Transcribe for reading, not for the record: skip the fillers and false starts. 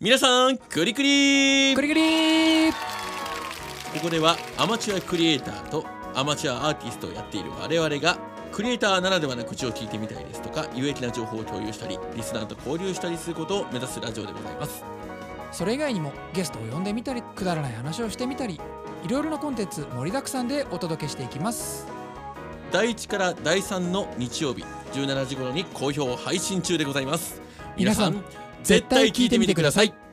皆さんクリクリクリクリ。 ここではアマチュアクリエイターとアマチュアアーティストをやっている我々がクリエイターならではの口を聞いてみたいですとか有益な情報を共有したりリスナーと交流したりすることを目指すラジオでございます。 それ以外にもゲストを呼んでみたり、くだらない話をしてみたり、いろいろなコンテンツ盛りだくさんでお届けしていきます。 第1から第3の日曜日17時頃に好評配信中でございます。 皆さん絶対聞いてみてください。